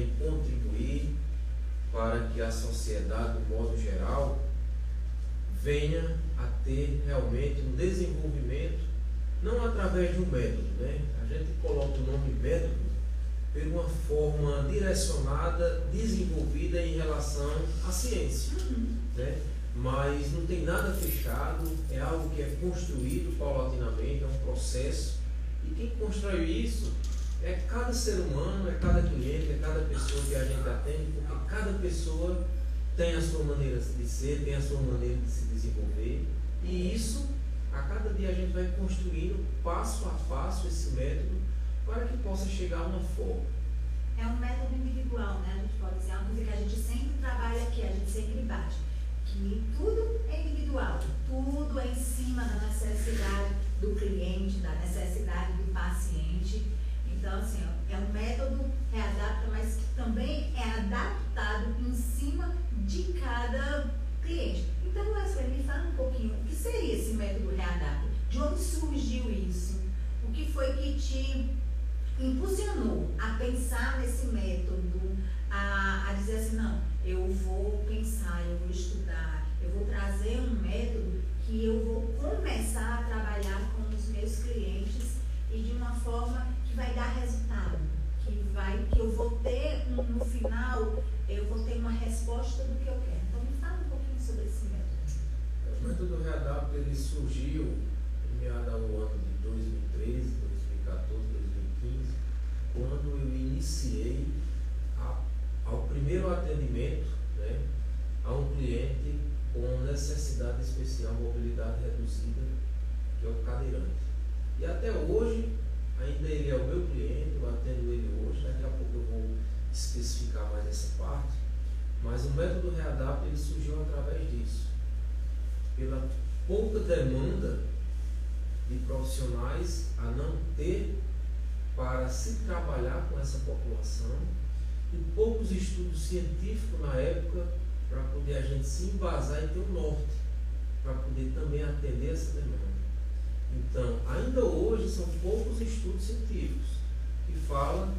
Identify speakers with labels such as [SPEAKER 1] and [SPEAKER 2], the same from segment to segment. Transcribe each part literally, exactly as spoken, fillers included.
[SPEAKER 1] também contribuir para que a sociedade, de modo geral, venha a ter realmente um desenvolvimento, não através de um método, né? A gente coloca o nome método por uma forma direcionada, desenvolvida em relação à ciência,
[SPEAKER 2] Uhum.
[SPEAKER 1] né? Mas não tem nada fechado, é algo que é construído paulatinamente, é um processo, e quem constrói isso é cada ser humano, é cada cliente, é cada pessoa que a gente atende, porque cada pessoa tem a sua maneira de ser, tem a sua maneira de se desenvolver, e isso, a cada dia a gente vai construindo passo a passo esse método para que possa chegar a uma forma.
[SPEAKER 2] É um método individual, né? A gente pode dizer, é uma coisa que a gente sempre trabalha aqui, a gente sempre bate. Que tudo é individual, tudo é em cima da necessidade do cliente, da necessidade do paciente. Então, assim, ó, é um método readapta, mas que também é adaptado em cima de cada cliente. Então, Wesley, me fala um pouquinho, o que seria esse método readapta? De onde surgiu isso? O que foi que te impulsionou a pensar nesse método, a, a dizer assim, não, eu vou pensar, eu vou estudar, eu vou trazer um método que eu vou começar a trabalhar com os meus clientes e de uma forma que vai dar resultado, que, vai, que eu vou ter, no final, eu vou ter uma resposta do que eu quero. Então, me fala um pouquinho sobre esse método.
[SPEAKER 1] O método Readapta, ele surgiu em meados ao ano de dois mil e treze, dois mil e quatorze, dois mil e quinze, quando eu iniciei a, ao primeiro atendimento, né, a um cliente com necessidade especial, mobilidade reduzida, que é o cadeirante. E até hoje, ainda ele é o meu cliente, eu atendo ele hoje, daqui a pouco eu vou especificar mais essa parte, mas o método Readapta, ele surgiu através disso, pela pouca demanda de profissionais a não ter para se trabalhar com essa população e poucos estudos científicos na época para poder a gente se embasar e ter um norte, para poder também atender essa demanda. Então, ainda hoje são poucos estudos científicos que falam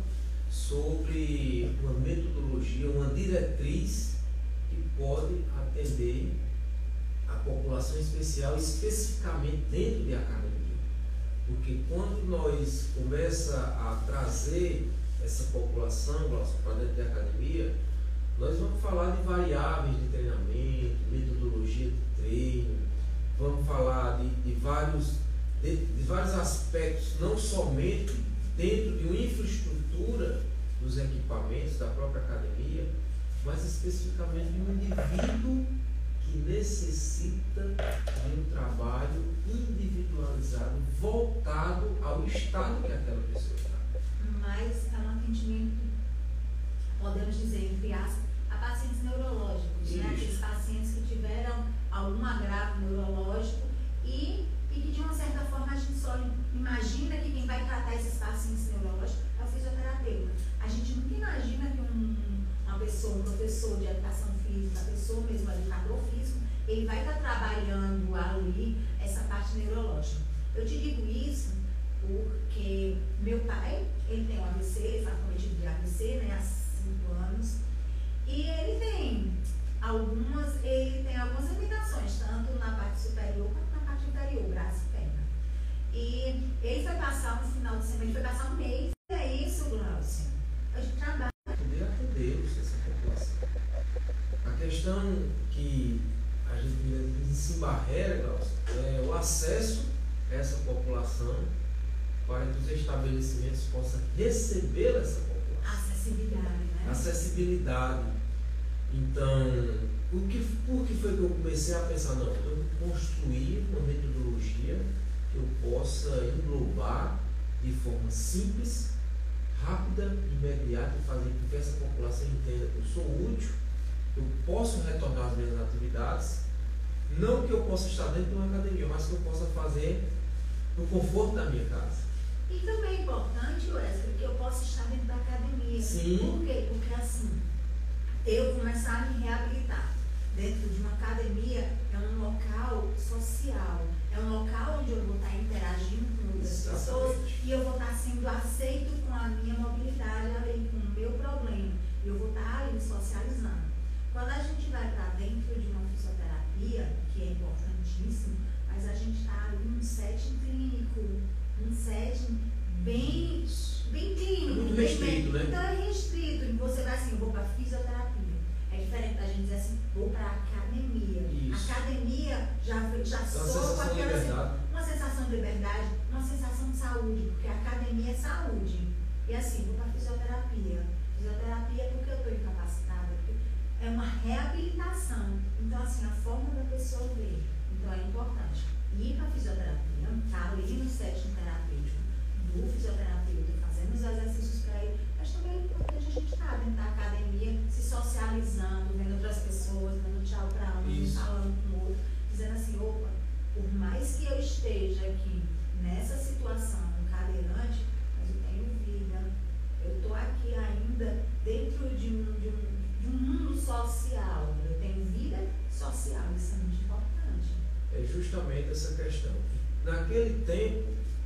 [SPEAKER 1] sobre uma metodologia, uma diretriz que pode atender a população especial, especificamente dentro de academia. Porque quando nós começamos a trazer essa população para dentro de academia, nós vamos falar de variáveis de treinamento, metodologia de treino, vamos falar de, de, vários, de, de vários aspectos, não somente dentro de uma infraestrutura dos equipamentos da própria academia, mas especificamente de um indivíduo que necessita de um trabalho individualizado, voltado ao estado que aquela pessoa está.
[SPEAKER 2] Mas é um atendimento, podemos dizer, entre aspas, a pacientes neurológicos, né? Aqueles pacientes que tiveram algum agravo neurológico e, e que de uma certa forma a gente só imagina que quem vai tratar esses pacientes neurológicos é o fisioterapeuta. A gente nunca imagina que um, uma pessoa, um professor de educação física, a pessoa mesmo, um educador físico, ele vai estar trabalhando ali essa parte neurológica. Eu te digo isso porque meu pai, ele tem um A V C, ele foi acometido de A V C, né, há cinco anos, e ele tem algumas, ele tem algumas limitações, tanto na parte superior quanto na parte inferior, braço e perna. E ele foi passar um final de semana, ele foi passar um mês, e é isso, Glaucio, a gente trabalha.
[SPEAKER 1] Poder atender essa população. A questão que a gente se barreira, Glaucio, é o acesso a essa população para que os estabelecimentos possam receber essa população.
[SPEAKER 2] Acessibilidade, né?
[SPEAKER 1] Acessibilidade. Então, por que, por que foi que eu comecei a pensar, não, eu vou construir uma metodologia que eu possa englobar de forma simples, rápida, imediata e fazer com que essa população entenda que eu sou útil, eu posso retornar às minhas atividades, não que eu possa estar dentro de uma academia, mas que eu possa fazer no conforto da minha casa.
[SPEAKER 2] E também é importante, Wesley, que eu possa estar dentro da academia.
[SPEAKER 1] Sim.
[SPEAKER 2] Por quê? Porque assim, eu começar a me reabilitar dentro de uma academia é um local social, é um local onde eu vou estar interagindo com outras
[SPEAKER 1] Exatamente.
[SPEAKER 2] pessoas e eu vou estar sendo aceito com a minha mobilidade, além com o meu problema. gente dizer assim, vou para a academia.
[SPEAKER 1] Isso.
[SPEAKER 2] Academia já, já
[SPEAKER 1] Então,
[SPEAKER 2] soa com aquela
[SPEAKER 1] liberdade.
[SPEAKER 2] uma sensação de liberdade, uma sensação de saúde, porque a academia é saúde. E assim, vou para a fisioterapia. Fisioterapia é porque eu estou incapacitada, porque é uma reabilitação. Então, assim, a forma da pessoa ver. Então, é importante ir para a fisioterapia, tá? Ir no setting terapêutico do fisioterapeuta, fazendo os exercícios para ele, mas também é importante a gente estar dentro da academia, se socializando, vendo outras pessoas, dando tchau para um, falando com o outro, dizendo assim, opa, por mais que eu esteja aqui nessa situação, um cadeirante, mas eu tenho vida, eu estou aqui ainda dentro de um, de, um, de um mundo social, eu tenho vida social, isso é muito importante.
[SPEAKER 1] É justamente essa questão. Naquele tempo,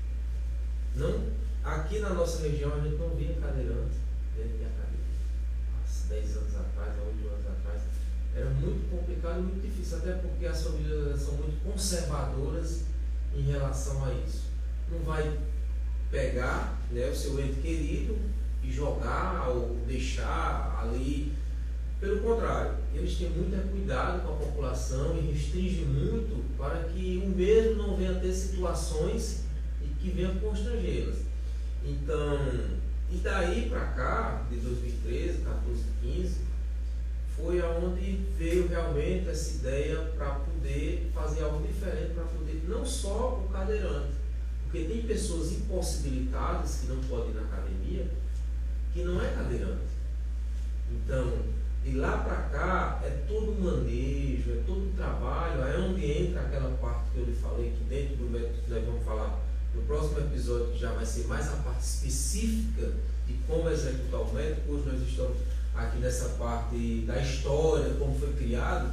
[SPEAKER 1] não, aqui na nossa região a gente não via cadeirante dentro de academia. Há dez anos atrás, há oito anos atrás, era muito complicado e muito difícil, até porque as famílias são muito conservadoras em relação a isso. Não vai pegar, né, o seu ente querido e jogar ou deixar ali. Pelo contrário, eles têm muito cuidado com a população e restringem muito para que o mesmo não venha a ter situações e que venha constrangê-las. Então, e daí para cá, de dois mil e treze, quatorze, quinze, foi aonde veio realmente essa ideia para poder fazer algo diferente, para poder, não só o cadeirante, porque tem pessoas impossibilitadas que não podem ir na academia, que não é cadeirante. Então, de lá para cá é todo um manejo, é todo um trabalho, é onde entra aquela parte que eu lhe falei, que dentro do método que nós vamos falar no próximo episódio, que já vai ser mais a parte específica de como executar o método. Hoje nós estamos aqui nessa parte da história, como foi criado.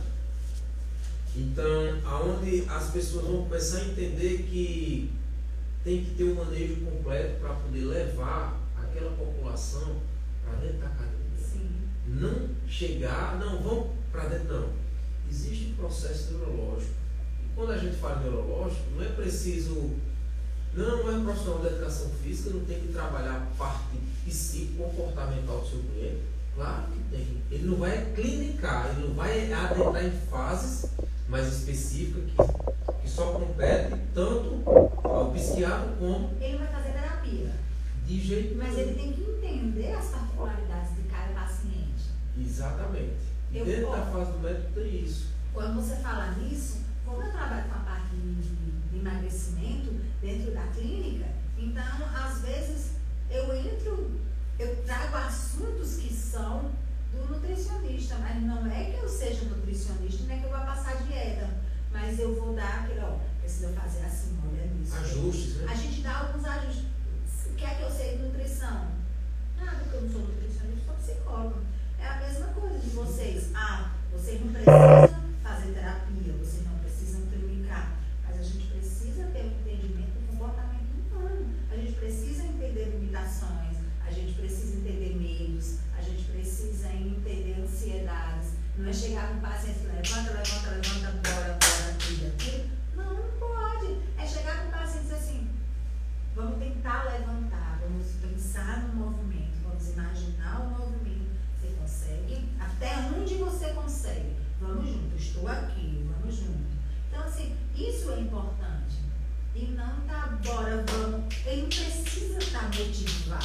[SPEAKER 1] Então, aonde as pessoas vão começar a entender que tem que ter um manejo completo para poder levar aquela população para dentro da academia.
[SPEAKER 2] Sim.
[SPEAKER 1] Não chegar, não, vamos para dentro, não. Existe um processo neurológico. E quando a gente fala neurológico, não é preciso, não, não é um profissional de educação física, não tem que trabalhar a parte psico-comportamental do seu cliente. Claro que tem. Ele não vai clinicar, ele não vai adentrar em fases mais específicas que, que só compete tanto ao psiquiatra como...
[SPEAKER 2] Ele vai fazer terapia.
[SPEAKER 1] De jeito
[SPEAKER 2] Mas
[SPEAKER 1] nenhum.
[SPEAKER 2] ele tem que entender as particularidades de cada paciente.
[SPEAKER 1] Exatamente. E
[SPEAKER 2] Eu
[SPEAKER 1] dentro
[SPEAKER 2] posso.
[SPEAKER 1] da fase do médico tem isso.
[SPEAKER 2] Quando você fala nisso, como eu trabalho com a parte de, de, de emagrecimento dentro da clínica, então, às vezes, eu entro, eu trago assuntos que são do nutricionista, mas não é que eu seja nutricionista, não é que eu vou passar dieta, mas eu vou dar aquele, ó, precisa fazer assim, olha nisso.
[SPEAKER 1] Ajustes, né?
[SPEAKER 2] A gente dá alguns ajustes. O que é que eu sei de nutrição? Nada, porque eu não sou nutricionista, sou psicóloga. É a mesma coisa de vocês. Ah, vocês não precisam fazer terapia, vocês não precisam clinicar, mas a gente precisa ter um entendimento do comportamento humano. A gente precisa entender limitações, a gente precisa entender medos, a gente precisa entender ansiedades. Não é chegar com o paciente e levanta, levanta, levanta, bora, bora, aquilo, aquilo. Não, não pode. É chegar com o paciente e dizer assim, vamos tentar levantar, vamos pensar no movimento, vamos imaginar o movimento. Você consegue? Até onde você consegue? Vamos junto, estou aqui, vamos junto. Então, assim, isso é importante. E não tá, bora, vamos. Ele não precisa estar motivado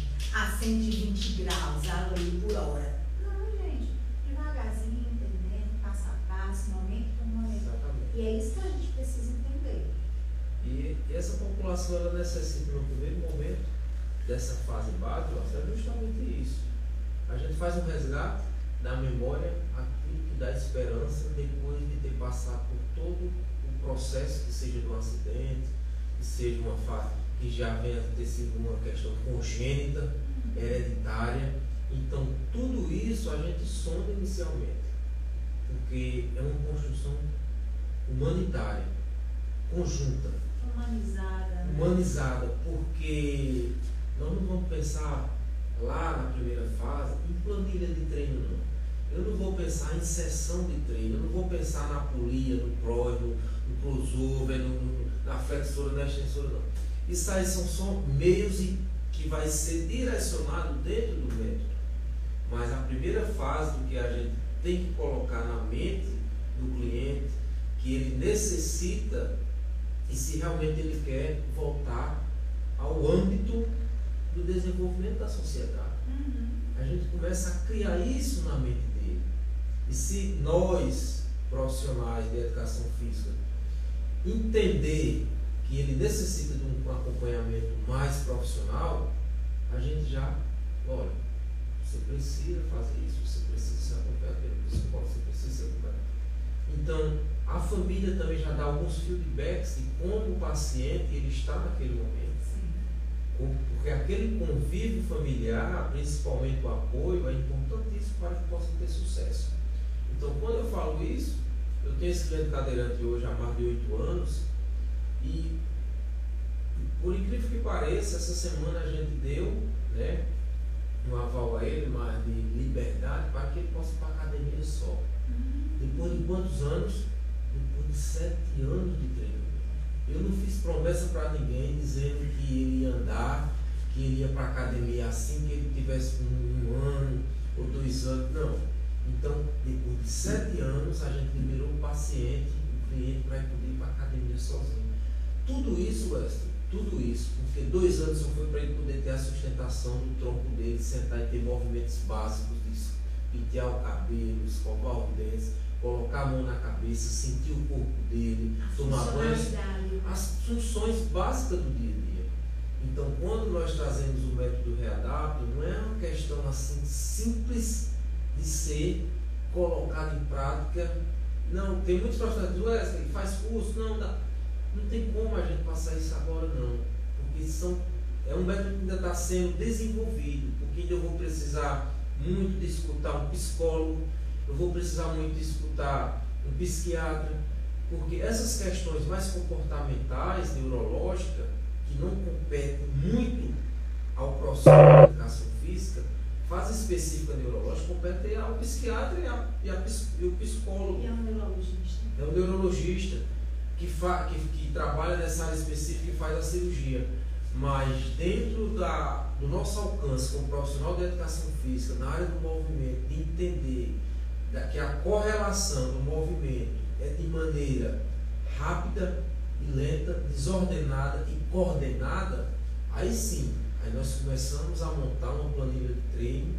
[SPEAKER 2] a cento e vinte graus ali por hora. Não, gente, devagarzinho, entendendo, passo a passo, momento por momento.
[SPEAKER 1] Exatamente.
[SPEAKER 2] E é isso que a gente precisa entender.
[SPEAKER 1] E essa população, ela necessita, no primeiro momento dessa fase básica, é justamente isso. A gente faz um resgate da memória, aquilo que dá esperança depois de ter passado por todo o processo, que seja de um acidente, que seja uma fase que já venha a ter sido uma questão congênita, hereditária. Então, tudo isso a gente sonda inicialmente, porque é uma construção humanitária, conjunta.
[SPEAKER 2] Humanizada. Né?
[SPEAKER 1] Humanizada, porque nós não vamos pensar lá na primeira fase em planilha de treino, não. Eu não vou pensar em sessão de treino, eu não vou pensar na polia, no prós, no, no crossover, no, no, na flexora, na extensora, não. Isso aí são só meios e que vai ser direcionado dentro do método. Mas a primeira fase do que a gente tem que colocar na mente do cliente que ele necessita e se realmente ele quer voltar ao âmbito do desenvolvimento da sociedade.
[SPEAKER 2] Uhum.
[SPEAKER 1] A gente começa a criar isso na mente dele. E se nós, profissionais de educação física, entender que ele necessita de um acompanhamento mais profissional, a gente já, olha, você precisa fazer isso, você precisa ser acompanhado pelo psicólogo, você precisa ser acompanhado. Então, a família também já dá alguns feedbacks de como o paciente ele está naquele momento. Porque aquele convívio familiar, principalmente o apoio, é importantíssimo para que possa ter sucesso. Então, quando eu falo isso, eu tenho esse cliente cadeirante hoje há mais de oito anos e, por incrível que pareça, essa semana a gente deu, né, um aval a ele, mas de liberdade, para que ele possa ir para a academia só. Depois de quantos anos? Depois de sete anos de treinamento. Eu não fiz promessa para ninguém dizendo que ele ia andar, que ele ia para a academia assim que ele tivesse um, um ano ou dois anos. Não. Então, depois de sete anos, a gente liberou o paciente, o cliente, para ele poder ir para a academia sozinho. Tudo isso, Wesley, tudo isso, porque dois anos só foi para ele poder ter a sustentação do tronco dele, sentar e ter movimentos básicos disso, pentear o cabelo, escovar os dentes, colocar a mão na cabeça, sentir o corpo dele,
[SPEAKER 2] a
[SPEAKER 1] tomar banho, as funções básicas do dia a dia. Então, quando nós trazemos o método Readapte, não é uma questão assim simples de ser colocado em prática. Não, tem muitos profissionais que dizem, faz curso, não dá. Não tem como a gente passar isso agora não, porque são, é um método que ainda está sendo desenvolvido, porque ainda eu vou precisar muito de escutar um psicólogo, eu vou precisar muito de escutar um psiquiatra, porque essas questões mais comportamentais, neurológicas, que não competem muito ao profissional de educação física, fase específica neurológica compete ao psiquiatra e, a, e, a, e o psicólogo.
[SPEAKER 2] E é um neurologista.
[SPEAKER 1] É um neurologista que, fa, que, que trabalha nessa área específica e faz a cirurgia. Mas dentro da, do nosso alcance como profissional de educação física, na área do movimento, de entender que a correlação do movimento é de maneira rápida e lenta, desordenada e coordenada, aí sim, aí nós começamos a montar uma planilha de treino,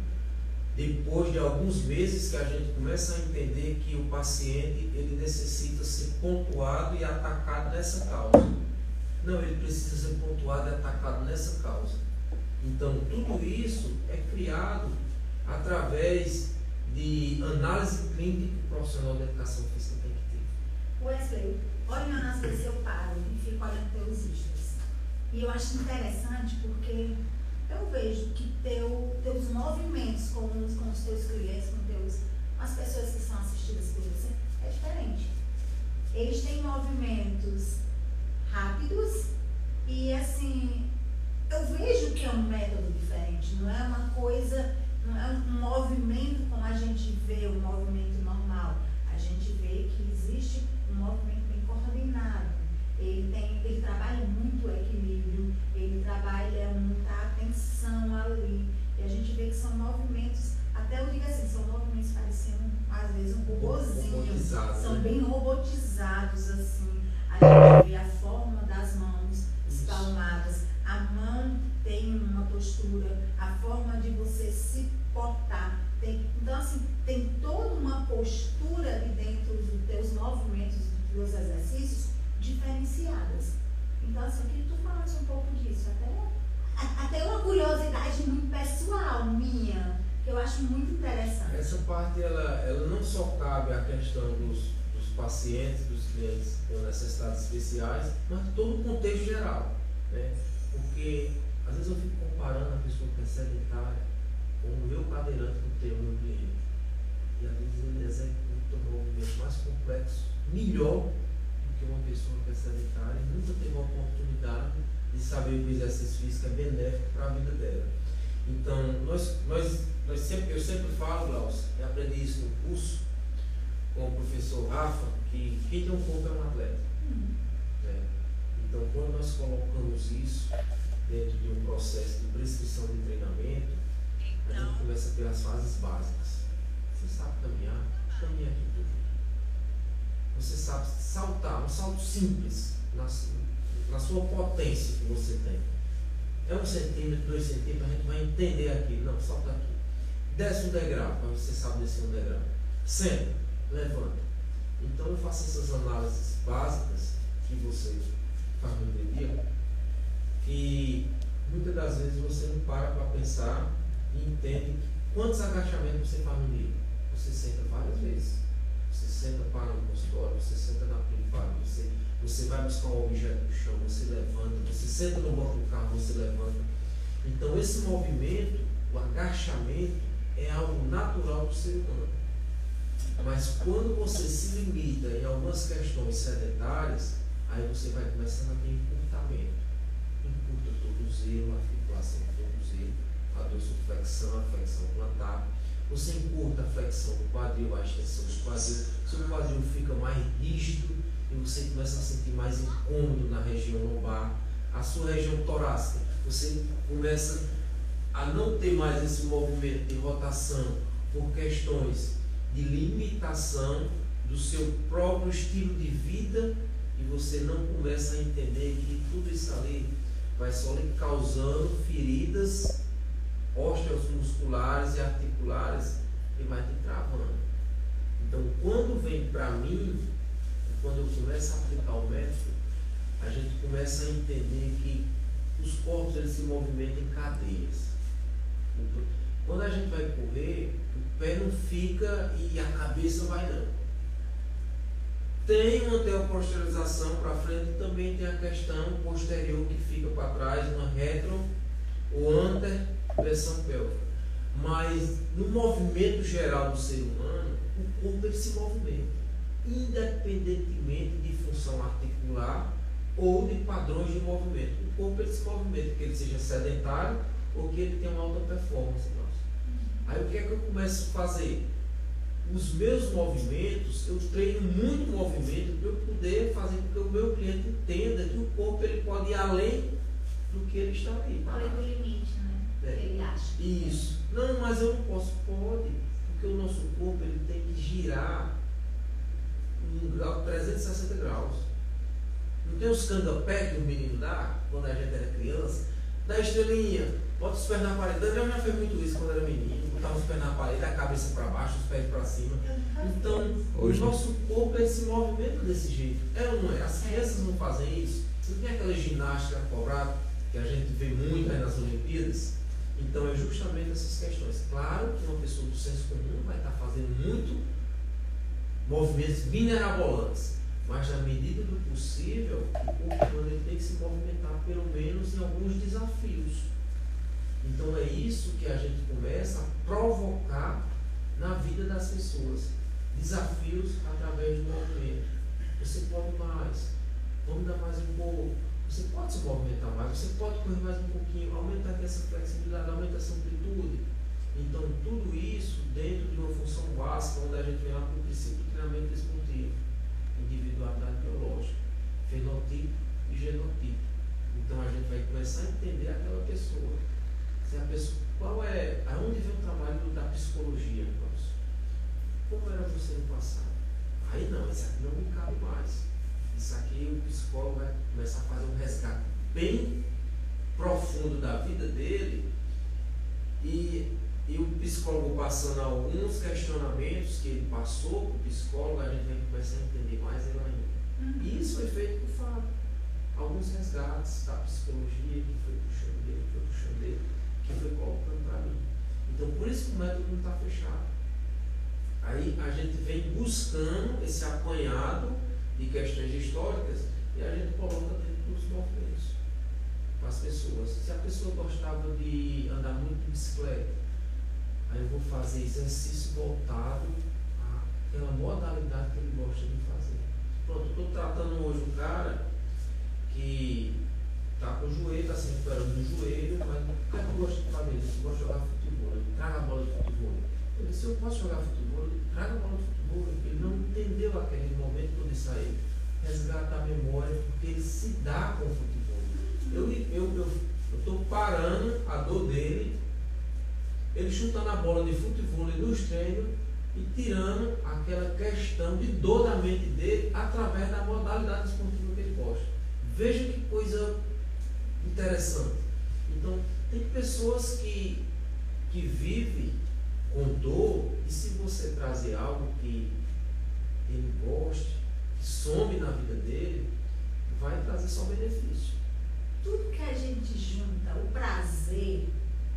[SPEAKER 1] depois de alguns meses que a gente começa a entender que o paciente ele necessita ser pontuado e atacado nessa causa. Não, ele precisa ser pontuado e atacado nessa causa. Então, tudo isso é criado através de análise clínica que o profissional de educação física tem que ter.
[SPEAKER 2] Wesley, olhando às vezes eu paro e fico olhando pelos istas. E eu acho interessante porque eu vejo que teu, teus movimentos com os, com os teus clientes, com teus, as pessoas que são assistidas por você, é diferente. Eles têm movimentos rápidos e assim, eu vejo que é um método diferente, não é uma coisa, não é um movimento como a gente vê, um movimento normal. A gente vê que existe um movimento bem coordenado. Ele, tem, ele trabalha muito o equilíbrio, ele trabalha muita atenção ali. E a gente vê que são movimentos, até eu digo assim, são movimentos parecendo às vezes um robozinho, são
[SPEAKER 1] né?
[SPEAKER 2] bem robotizados assim. A gente vê a forma das mãos espalmadas, a mão tem uma postura, a forma de você se portar. Tem, então, assim, tem toda uma postura ali dentro dos teus movimentos, dos teus exercícios, diferenciadas. Então, assim, eu queria que tu falasse um pouco disso, até, até uma curiosidade muito pessoal minha, que eu acho muito interessante.
[SPEAKER 1] Essa parte, ela, ela não só cabe à questão dos, dos pacientes, dos clientes com necessidades especiais, mas todo o contexto geral, né? Porque, às vezes eu fico comparando a pessoa que é sedentária com o meu cadeirante que tem o meu cliente. E, às vezes, ele executa um movimento mais complexo, melhor que uma pessoa que é sedentária e nunca teve a oportunidade de saber que o exercício físico é benéfico para a vida dela. Então, nós, nós, nós sempre, eu sempre falo, Glaucio, e aprendi isso no curso com o professor Rafa, que quem tem um corpo é um atleta.
[SPEAKER 2] Hum.
[SPEAKER 1] Né? Então, quando nós colocamos isso dentro de um processo de prescrição de treinamento, a gente começa pelas fases básicas. Você sabe caminhar, caminha aqui tudo. Você sabe saltar, um salto simples na, na sua potência que você tem. É um centímetro, dois centímetros, a gente vai entender aqui. Não, salta aqui. Desce um degrau, para você saber descer um degrau. Senta, levanta. Então eu faço essas análises básicas que você faz no dia a dia, que muitas das vezes você não para para pensar e entende quantos agachamentos você faz no dia. Você senta várias vezes. Você senta para no consultório, você senta na privada, você, você vai buscar um objeto no chão, você levanta, você senta no banco do carro, você levanta. Então esse movimento, o agachamento, é algo natural do ser humano. Mas quando você se limita em algumas questões sedentárias, aí você vai começando a ter encurtamento. Encurta o tornozelo, a articulação do tornozelo, a dorsoflexão, a flexão plantar. Você encurta a flexão do quadril, a extensão do quadril. Seu quadril fica mais rígido e você começa a sentir mais incômodo na região lombar. A sua região torácica, você começa a não ter mais esse movimento de rotação por questões de limitação do seu próprio estilo de vida, e você não começa a entender que tudo isso ali vai só lhe causando feridas osteomusculares e articulares e vai te travando. Então, quando vem para mim, quando eu começo a aplicar o método, a gente começa a entender que os corpos eles se movimentam em cadeias. Então, quando a gente vai correr, o pé não fica e a cabeça vai não. Tem uma anteroposteriorização para frente e também tem a questão posterior que fica para trás, uma retro ou anteversão pélvica. Mas no movimento geral do ser humano, o corpo ele se movimenta, independentemente de função articular ou de padrões de movimento. O corpo ele se movimenta, que ele seja sedentário ou que ele tenha uma alta performance. Aí o que é que eu começo a fazer? Os meus movimentos, eu treino muito movimento para eu poder fazer com que o meu cliente entenda que o corpo ele pode ir além do que ele está ali.
[SPEAKER 2] Além do limite, né? É. Ele acha.
[SPEAKER 1] Isso. Não, mas eu não posso. Pode. Porque o nosso corpo ele tem que girar em um grau trezentos e sessenta graus. Não tem os cangapé que o menino dá quando a gente era criança? Dá estrelinha, bota os pés na parede. Eu já fiz muito isso quando era menino. Botava os pés na parede, a cabeça para baixo, os pés para cima. Então, hoje, o nosso corpo ele se movimenta desse jeito. É ou não é? As crianças não fazem isso. Não tem aquela ginástica cobrada que a gente vê muito aí nas Olimpíadas. Então, é justamente essas questões. Claro que uma pessoa do senso comum vai estar fazendo muito movimentos minerabolantes. Mas, na medida do possível, o corpo humano ele tem que se movimentar pelo menos em alguns desafios. Então é isso que a gente começa a provocar na vida das pessoas. Desafios através do movimento. Você pode mais, vamos dar mais um pouco. Você pode se movimentar mais, você pode correr mais um pouquinho, aumentar aqui essa flexibilidade, aumentar essa amplitude. Então tudo isso dentro de uma função básica, onde a gente vem lá para o princípio do treinamento esportivo. Individualidade biológica, fenotipo e genotipo. Então a gente vai começar a entender aquela pessoa. Se a pessoa, qual é, aonde vem o trabalho da psicologia, professor? Como era você no passado? Aí não, isso aqui não me cabe mais. Isso aqui o psicólogo vai começar a fazer um resgate bem profundo da vida dele e, e o psicólogo passando alguns questionamentos que ele passou para o psicólogo, a gente vai começar a entender mais ele ainda. E isso foi feito por Fábio. Alguns resgates da psicologia que foi puxando dele, que foi puxando dele, que foi colocando para mim. Então, por isso que o método não está fechado. Aí a gente vem buscando esse apanhado de questões históricas e a gente coloca dentro dos movimentos para as pessoas. Se a pessoa gostava de andar muito de bicicleta, aí eu vou fazer exercício voltado àquela modalidade que ele gosta de fazer. Pronto, estou tratando hoje um cara que está com o joelho, está se recuperando do joelho, mas o que é que eu gosto de fazer? Eu gosto de jogar futebol, ele traga a bola de futebol. Eu disse, eu posso jogar futebol? Ele traga a bola de futebol. Ele não entendeu aquele momento quando ele saiu. Resgata a memória, porque ele se dá com o futebol. Eu estou eu, eu, eu parando a dor dele, ele chutando a bola de futebol nos treinos, e tirando aquela questão de dor da mente dele através da modalidade esportiva que ele gosta. Veja que coisa interessante. Então, tem pessoas que, que vivem com dor, e se você trazer algo que ele goste, que some na vida dele, vai trazer só benefício.
[SPEAKER 2] Tudo que a gente junta, o prazer,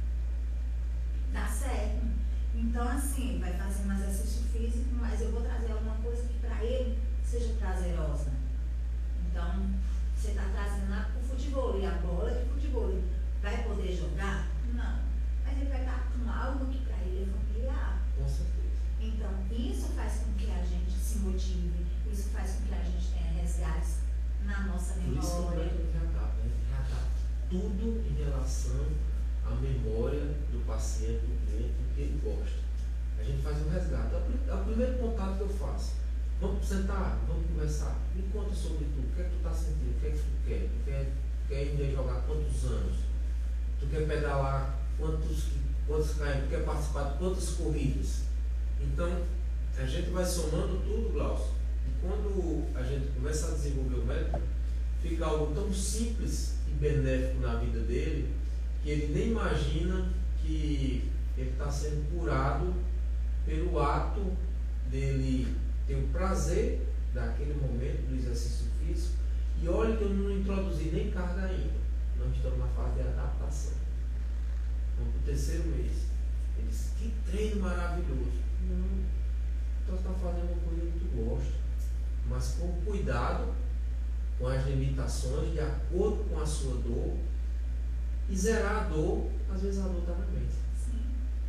[SPEAKER 2] dá certo. Então, assim, vai fazer um exercício físico, mas eu vou trazer alguma coisa que para ele seja prazerosa. Então, você está trazendo lá para o futebol, e a bola de futebol, vai poder jogar? Não. Mas ele vai estar com algo que para ele é familiar.
[SPEAKER 1] Com certeza.
[SPEAKER 2] Então, isso faz com que a gente se motive, isso faz com que a gente tenha resgates na nossa
[SPEAKER 1] Por isso que o
[SPEAKER 2] memória.
[SPEAKER 1] método readapta, né? Readapta tudo em relação à memória do paciente, do cliente, do que ele gosta. A gente faz um resgate. É o primeiro contato que eu faço. Vamos sentar, vamos conversar. Me conta sobre tu. O que é que tu está sentindo? O que é que tu quer? Tu quer, quer ir jogar quantos anos? Tu quer pedalar quantos, quantos km? Tu quer participar de quantas corridas? Então, a gente vai somando tudo, Glaucio. E quando a gente começa a desenvolver o método, fica algo tão simples e benéfico na vida dele, que ele nem imagina que ele está sendo curado pelo ato dele ter o prazer daquele momento do exercício físico. E olha que eu não introduzi nem carga ainda. Nós estamos na fase de adaptação. Vamos para o terceiro mês. Ele disse, que treino maravilhoso. Não, então você está fazendo uma coisa que tu gosta, mas com cuidado, com as limitações, de acordo com a sua dor, e zerar a dor. Às vezes a dor está na mente.
[SPEAKER 2] Sim.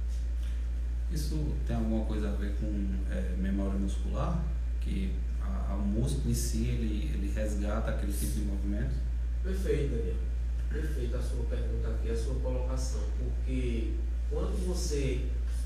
[SPEAKER 3] Isso tem alguma coisa a ver com é, memória muscular? Que a, a músculo em si, ele, ele resgata aquele tipo de movimento?
[SPEAKER 1] Perfeito, Daniel. Perfeito a sua pergunta aqui, a sua colocação. Porque quando você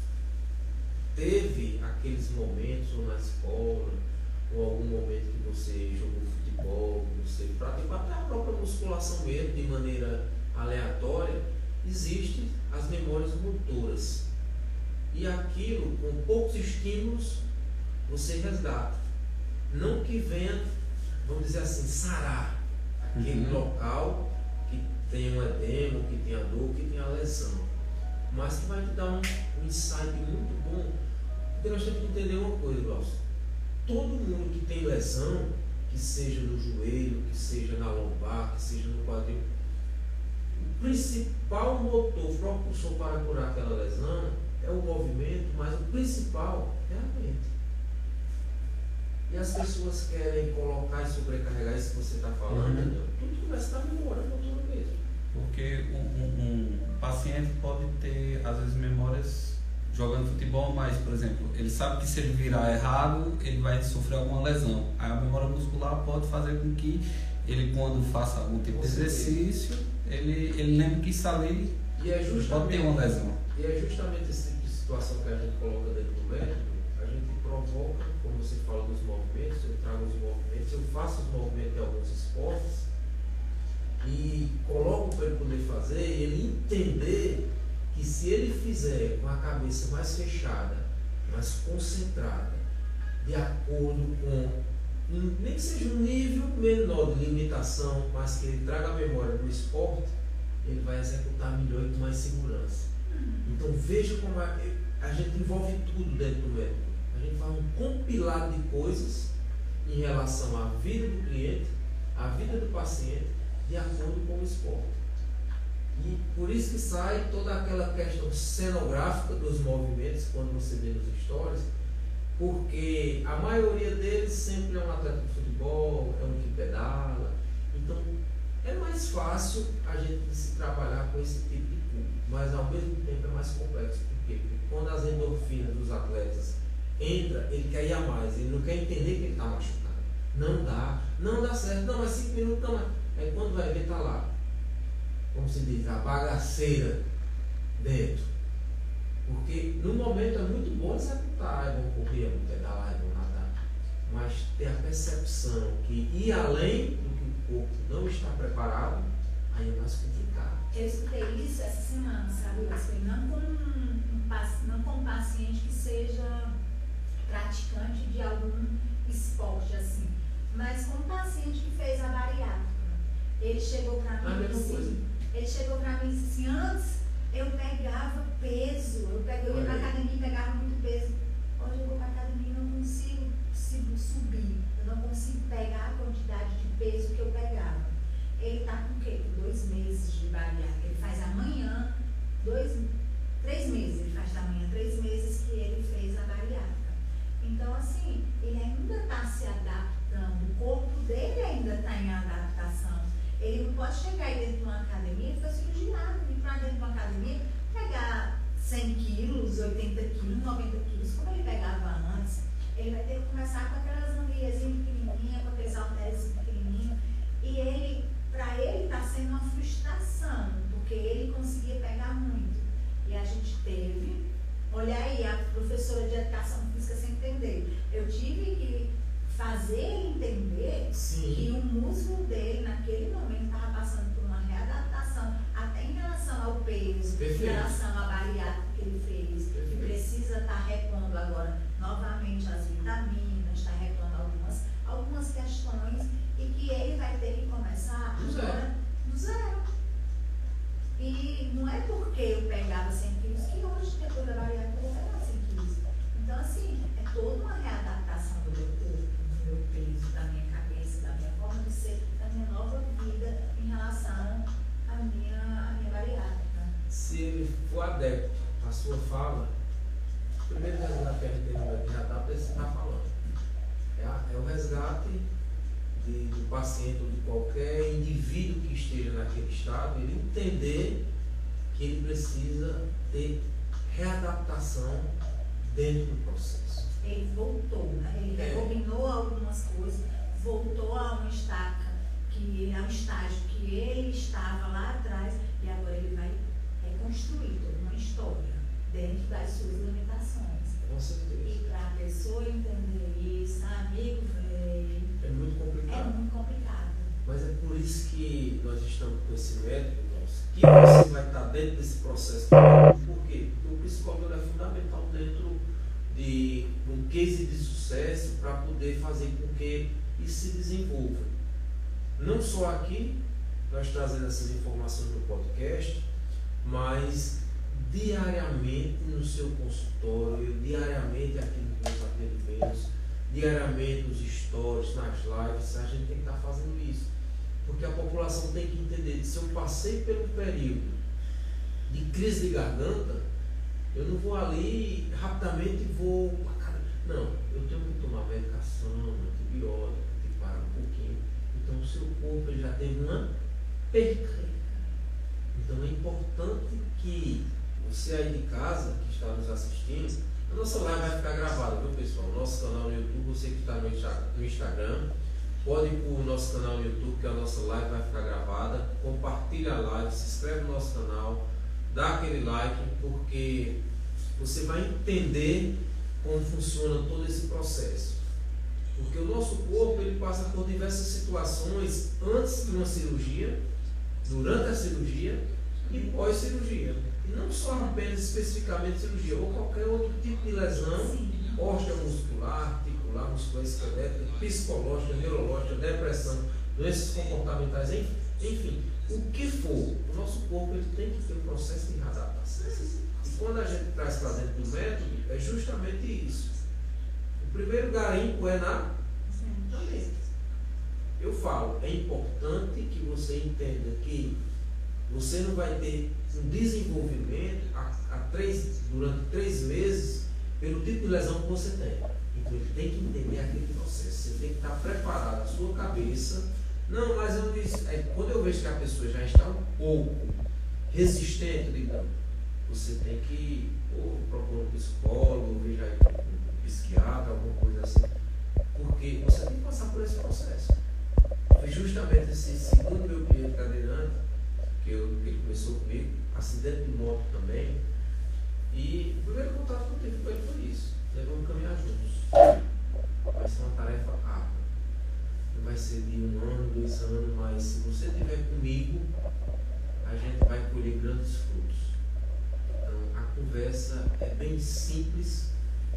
[SPEAKER 1] teve aqueles momentos, ou na escola, ou algum momento que você jogou futebol, que você praticou até a própria musculação mesmo, de maneira aleatória, existem as memórias motoras. E aquilo, com poucos estímulos, você resgata. Não que venha, vamos dizer assim, sarar aquele uhum. local que tem um edema, que tem a dor, que tem a lesão. Mas que vai te dar um, um insight muito bom. Porque nós temos que entender uma coisa, Glaucio. Todo mundo que tem lesão, que seja no joelho, que seja na lombar, que seja no quadril, o principal motor propulsor para curar aquela lesão é o movimento, mas o principal é a mente. E as pessoas querem colocar e sobrecarregar isso que você está falando, uhum. Né? Tudo começa da memória motora mesmo.
[SPEAKER 3] Porque um, um, um paciente pode ter, às vezes, memórias jogando futebol, mas, por exemplo, ele sabe que se ele virar errado, ele vai sofrer alguma lesão. Aí a memória muscular pode fazer com que ele, quando faça algum tipo de exercício, ele, ele lembre que isso ali
[SPEAKER 1] e é
[SPEAKER 3] pode ter uma lesão.
[SPEAKER 1] E é justamente esse tipo de situação que a gente coloca dentro do método. A gente provoca, como você fala dos movimentos, eu trago os movimentos, eu faço os movimentos de alguns esportes e coloco para ele poder fazer e ele entender que se ele fizer com a cabeça mais fechada, mais concentrada, de acordo com, um, nem que seja um nível menor de limitação, mas que ele traga a memória do esporte, ele vai executar melhor e com mais segurança. Então veja como a, a gente envolve tudo dentro do método. A gente faz um compilado de coisas em relação à vida do cliente, à vida do paciente, de acordo com o esporte. E por isso que sai toda aquela questão cenográfica dos movimentos, quando você vê nos stories, porque a maioria deles sempre é um atleta de futebol, é um que pedala. Então é mais fácil a gente se trabalhar com esse tipo de público, mas ao mesmo tempo é mais complexo. Por quê? Porque quando as endorfinas dos atletas entram, ele quer ir a mais, ele não quer entender que ele está machucado. Não dá, não dá certo, não, é cinco minutos, não é. Aí quando vai ver, está lá, como se diz, a bagaceira dentro. Porque no momento é muito bom executar, é bom correr, é bom pedalar, é bom nadar, mas ter a percepção que ir além do que o corpo não está preparado, aí é mais complicado.
[SPEAKER 2] Eu escutei isso essa semana, sabe? Assim, não com um, um, não com um paciente que seja professora de educação física sem entender. Eu tive que fazer ele entender
[SPEAKER 1] Sim.
[SPEAKER 2] que o músculo dele, naquele momento, estava passando por uma readaptação, até em relação ao peso,
[SPEAKER 1] Perfeito.
[SPEAKER 2] em relação à bariátrica que ele fez,
[SPEAKER 1] Perfeito.
[SPEAKER 2] que precisa estar repondo agora novamente as vitaminas, está repondo algumas, algumas questões, e que ele vai ter que começar
[SPEAKER 1] Do zero.
[SPEAKER 2] agora do zero. E não é porque eu pegava cem quilos que hoje, depois da bariátrica, eu vou pegar cem quilos. Então, assim, é toda uma readaptação do meu corpo, do meu peso, da minha cabeça, da minha forma de ser, da minha nova vida em relação à minha, à minha bariátrica.
[SPEAKER 1] Se ele for adepto à sua fala, o primeiro resgate que a gente tem no readapto é esse que você está falando. É, a, é o resgate de, do paciente ou de qualquer indivíduo que esteja naquele estado, ele entender que ele precisa ter readaptação dentro do processo.
[SPEAKER 2] Ele voltou, né? Ele
[SPEAKER 1] É.
[SPEAKER 2] rebobinou algumas coisas, voltou a uma estaca, que é um estágio que ele estava lá atrás, e agora ele vai reconstruir toda uma história dentro das suas limitações.
[SPEAKER 1] Com certeza.
[SPEAKER 2] E para a pessoa entender isso, amigo, velho,
[SPEAKER 1] É muito
[SPEAKER 2] é
[SPEAKER 1] complicado.
[SPEAKER 2] muito complicado.
[SPEAKER 1] Mas é por isso que nós estamos com esse método, nosso, que você vai estar dentro desse processo. Por quê? Porque o psicólogo é fundamental dentro de um case de sucesso para poder fazer com que isso se desenvolva. Não só aqui, nós trazendo essas informações no podcast, mas diariamente no seu consultório, diariamente aqui nos meus atendimentos, diariamente nos stories, nas lives, a gente tem que estar fazendo isso. Porque a população tem que entender que se eu passei pelo período de crise de garganta, eu não vou ali rapidamente vou. Não, eu tenho que tomar medicação, antibiótico, tem que parar um pouquinho. Então o seu corpo ele já teve uma perca. Então é importante que você aí de casa, que está nos assistindo, a nossa live vai ficar gravada, viu pessoal? Nosso canal no YouTube, você que está no Instagram, pode ir para o nosso canal no YouTube, que a nossa live vai ficar gravada. Compartilha a live, se inscreve no nosso canal, dá aquele like, porque você vai entender como funciona todo esse processo. Porque o nosso corpo ele passa por diversas situações antes de uma cirurgia, durante a cirurgia e pós-cirurgia. E não só apenas especificamente cirurgia, ou qualquer outro tipo de lesão, osteomuscular, articular, muscular esquelética, psicológica, neurológica, depressão, doenças comportamentais, enfim, o que for, o nosso corpo ele tem que ter um processo de readaptação. E quando a gente traz para dentro do método, é justamente isso. O primeiro garimpo é na mente. Eu falo, é importante que você entenda que você não vai ter um desenvolvimento a, a três, durante três meses pelo tipo de lesão que você tem. Então ele tem que entender aquele processo. Você tem que estar preparado, a sua cabeça. Não, mas eu disse, é, quando eu vejo que a pessoa já está um pouco resistente, digamos, você tem que ou procurar um psicólogo, ou veja aí um psiquiatra, alguma coisa assim. Porque você tem que passar por esse processo. Foi justamente esse segundo meu cliente cadeirante, que, eu, que ele começou comigo, acidente de moto também. E o primeiro contato que eu tive com ele foi isso. Nós vamos caminhar juntos. Vai ser uma tarefa árdua. Não vai ser de um ano, dois anos, mas se você estiver comigo, a gente vai colher grandes frutos. Então a conversa é bem simples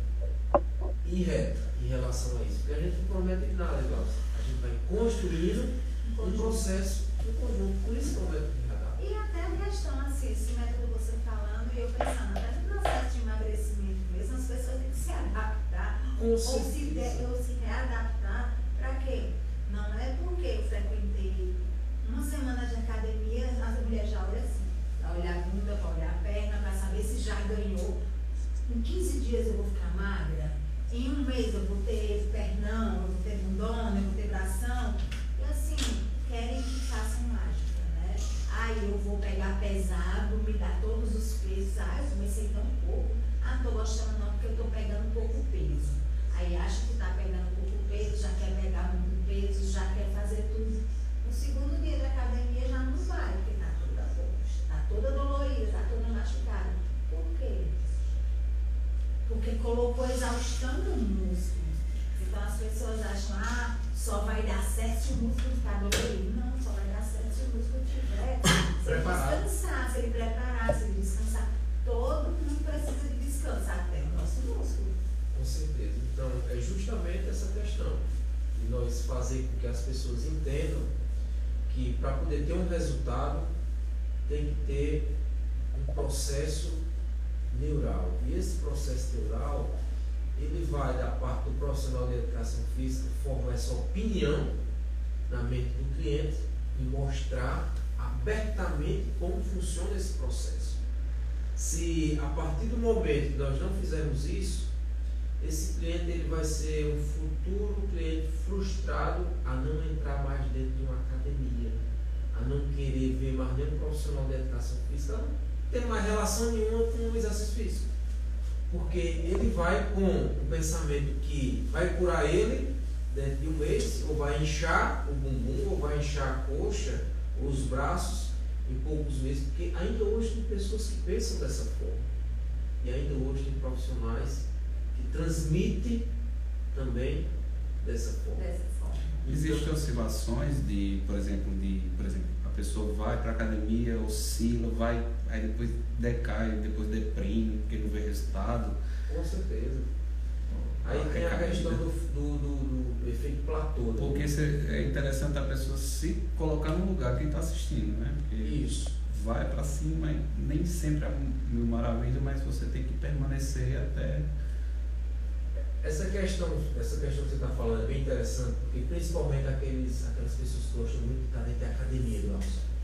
[SPEAKER 1] e reta em relação a isso. Porque a gente não promete nada, Glaucia. A gente vai construindo um processo em conjunto. Por isso que é um método de radar.
[SPEAKER 2] E até a questão, assim, esse método você falando, e eu pensando, até no processo de emagrecimento mesmo, as pessoas têm que se adaptar,
[SPEAKER 1] Com
[SPEAKER 2] ou se,
[SPEAKER 1] certeza.
[SPEAKER 2] de, ou se readaptar, para quê? Não é porque eu frequentei uma semana de academia, as mulheres já olham assim, para olhar a bunda, para olhar a perna, para saber se já ganhou. Em quinze dias eu vou ficar magra, em um mês eu vou ter pernão, eu vou ter bundona, eu vou ter bração, e assim, querem que façam mágica, né? Ai, eu vou pegar pesado, me dar todos os pesos, ai, eu comecei tão pouco, ah, não tô gostando não, porque eu tô pegando pouco peso. Aí acha que tá pegando pouco peso, já quer pegar muito peso, já quer fazer tudo. No segundo dia da academia já não vai, porque tá toda roxa, tá toda dolorida, tá toda machucada. Por quê? Porque colocou exaustando o músculo. Então as pessoas acham, ah, só vai dar certo se o músculo ficar dolorido. Não, só vai dar certo se o músculo tiver. Se ele descansar, se ele preparar, se ele descansar. Todo mundo precisa de descanso, até o nosso músculo.
[SPEAKER 1] Com certeza. Então, é justamente essa questão de nós fazer com que as pessoas entendam que para poder ter um resultado tem que ter um processo neural. E esse processo neural, ele vai da parte do profissional de educação física formar essa opinião na mente do cliente e mostrar abertamente como funciona esse processo. Se a partir do momento que nós não fizermos isso, esse cliente ele vai ser um futuro cliente frustrado a não entrar mais dentro de uma academia, a não querer ver mais nenhum profissional de educação física, a não ter mais relação nenhuma com o exercício físico. Porque ele vai com o pensamento que vai curar ele dentro de um mês, ou vai inchar o bumbum, ou vai inchar a coxa, ou os braços em poucos meses, porque ainda hoje tem pessoas que pensam dessa forma. E ainda hoje tem profissionais que transmitem também dessa forma.
[SPEAKER 2] Dessa forma.
[SPEAKER 3] Existem oscilações de, por exemplo, de, por exemplo, a pessoa vai para a academia, oscila, vai, aí depois decai, depois deprime, porque não vê resultado.
[SPEAKER 1] Com certeza. Aí tem a questão do, do, do, do efeito platô. Né?
[SPEAKER 3] Porque é interessante a pessoa se colocar no lugar quem está assistindo, né? Porque
[SPEAKER 1] isso.
[SPEAKER 3] Vai para cima, nem sempre é mil maravilha, mas você tem que permanecer até...
[SPEAKER 1] Essa questão, essa questão que você está falando é bem interessante, porque principalmente aqueles, aquelas pessoas que gostam muito de estar dentro da academia, do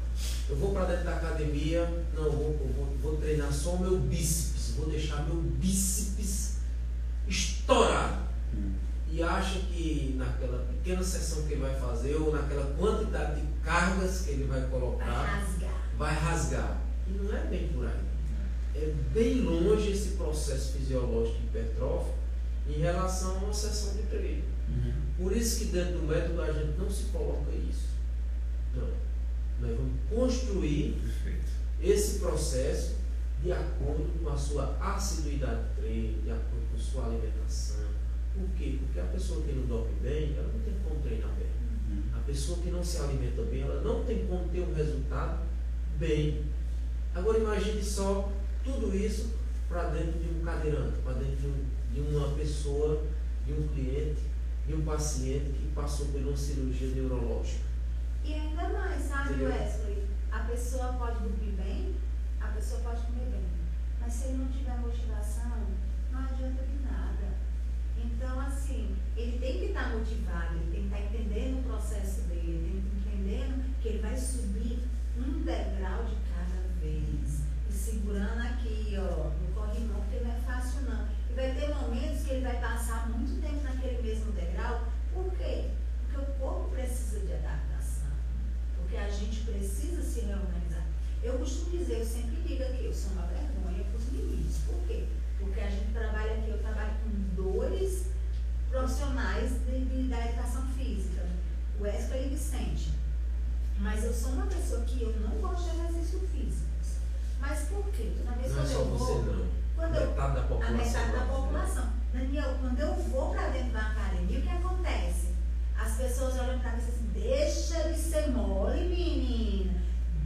[SPEAKER 1] Eu vou para dentro da academia, não, eu vou, eu vou, vou treinar só o meu bíceps, vou deixar meu bíceps estourado. Hum. E acha que naquela pequena sessão que ele vai fazer, ou naquela quantidade de cargas que ele vai colocar,
[SPEAKER 2] vai rasgar.
[SPEAKER 1] Vai rasgar. E não é bem por aí. É bem longe esse processo fisiológico de hipertrófio em relação a uma sessão de treino. Uhum. Por isso que dentro do método a gente não se coloca isso. Não. Nós vamos construir Perfeito. Esse processo de acordo com a sua assiduidade de treino, de acordo com a sua alimentação. Por quê? Porque a pessoa que não dorme bem, ela não tem como treinar bem. Uhum. A pessoa que não se alimenta bem, ela não tem como ter um resultado bem. Agora imagine só tudo isso para dentro de um cadeirante, para dentro de, um, de uma pessoa, de um cliente, de um paciente que passou por uma cirurgia neurológica.
[SPEAKER 2] E ainda mais, sabe, Entendeu? Wesley? A pessoa pode dormir bem, a pessoa pode comer bem, mas se ele não tiver motivação, não adianta de nada. Então, assim, ele tem que estar motivado, ele tem que estar entendendo o processo dele, tem que estar entendendo que ele vai subir um degrau de cada vez. E segurando aqui, ó, no corrimão, porque não é fácil não. E vai ter momentos que ele vai passar muito tempo naquele mesmo degrau. Por quê? Porque o corpo precisa de adaptação. Porque a gente precisa se reorganizar. Eu costumo dizer, eu sempre digo aqui, eu sou uma vergonha para os meninos. Por quê? Porque a gente trabalha aqui, eu trabalho com dores profissionais de, de, da educação física. O Wesley e Vicente. Mas eu sou uma pessoa que eu não gosto de exercício físico. Mas por quê? Toda vez
[SPEAKER 1] não é só
[SPEAKER 2] eu
[SPEAKER 1] você,
[SPEAKER 2] vou,
[SPEAKER 1] não.
[SPEAKER 2] Quando
[SPEAKER 1] metade
[SPEAKER 2] eu,
[SPEAKER 1] da população.
[SPEAKER 2] A metade da população.
[SPEAKER 1] Né?
[SPEAKER 2] Daniel, quando eu vou para dentro da academia, o que acontece? As pessoas olham para mim e dizem assim, deixa de ser mole, menina.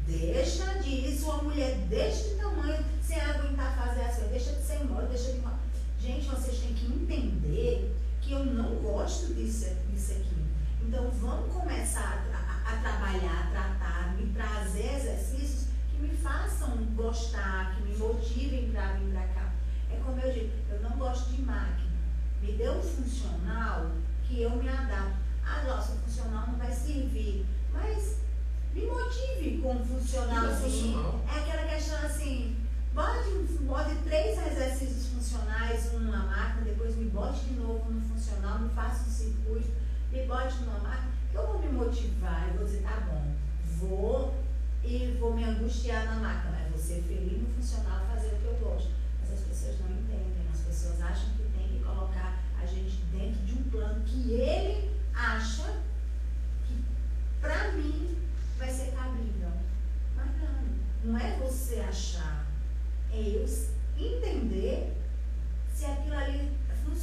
[SPEAKER 2] Deixa disso, uma mulher deste tamanho, sem aguentar fazer as coisas, deixa de ser mole, deixa de... Gente, vocês têm que entender que eu não gosto disso, disso aqui. Então, vamos começar a, a, a trabalhar, a tratar, me trazer exercícios que me façam gostar, que me motivem para vir para cá. É como eu digo, eu não gosto de máquina. Me dê um funcional que eu me adapto. Ah, nossa, o funcional não vai servir, mas me motive com o funcional.
[SPEAKER 1] É,
[SPEAKER 2] assim,
[SPEAKER 1] funcional.
[SPEAKER 2] É aquela questão assim, bote, bote três exercícios funcionais, um numa máquina, depois me bote de novo no funcional, me faça um circuito, me bote numa máquina, que eu vou me motivar, eu vou dizer, tá bom, vou e vou me angustiar na máquina, mas vou ser feliz no funcional, fazer o que eu gosto. Mas as pessoas não entendem, as pessoas acham que tem que colocar a gente dentro de um plano que ele acha que, pra mim, vai ser cabível. Mas não, não é você achar, é eu entender se aquilo ali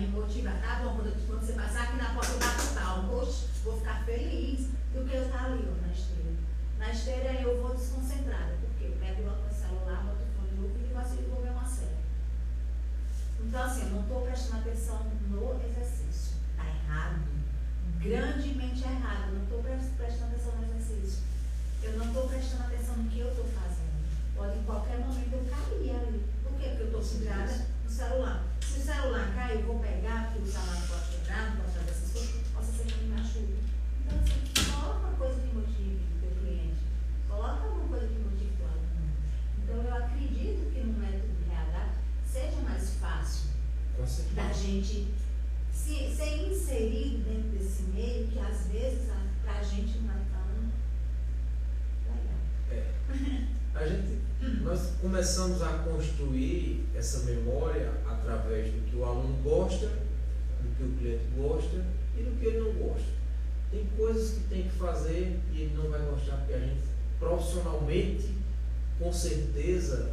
[SPEAKER 2] me motivar. Tá bom, quando, quando você passar aqui na porta, eu bato palma. Poxa, vou ficar feliz do que eu estar ali, ó, na esteira. Na esteira eu vou desconcentrada, porque eu pego o meu celular, boto o fone no ouvido e vou, vou ver uma série. Então, assim, eu não estou prestando atenção no exercício. Está errado. Grandemente errado. Eu não estou prestando atenção no exercício. Eu não estou prestando atenção no que eu estou fazendo. Pode em qualquer momento eu cair ali. Por quê? Porque eu estou vidrada no celular. Se o celular cai, eu vou pegar, porque o celular não pode quebrar, não pode fazer essas coisas, possa ser que me machuque. Então, assim, coloca uma coisa que motive o teu cliente. Coloca alguma coisa que motive o teu aluno. Então, eu acredito que no método R H seja mais fácil da gente se, ser inserido dentro desse meio, que às vezes para a gente não é tão legal.
[SPEAKER 1] É. A gente, nós começamos a construir essa memória através do que o aluno gosta, do que o cliente gosta e do que ele não gosta. Tem coisas que tem que fazer e ele não vai gostar, porque a gente profissionalmente, com certeza,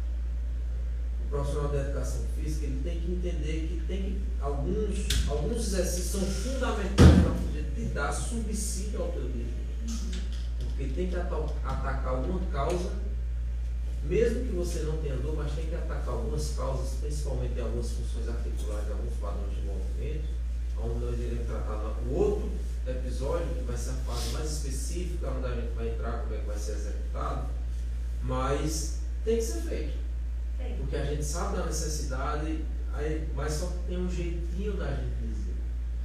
[SPEAKER 1] o profissional da educação física, ele tem que entender que tem que, alguns, alguns exercícios são fundamentais para poder te dar subsídio ao teu livro. Porque tem que atacar alguma causa, mesmo que você não tenha dor, mas tem que atacar algumas causas, principalmente em algumas funções articulares, alguns padrões de movimento, onde nós iremos tratar no outro episódio, que vai ser a fase mais específica, onde a gente vai entrar, como é que vai ser executado, mas tem que ser feito, porque a gente sabe da necessidade, mas só que tem um jeitinho da gente dizer,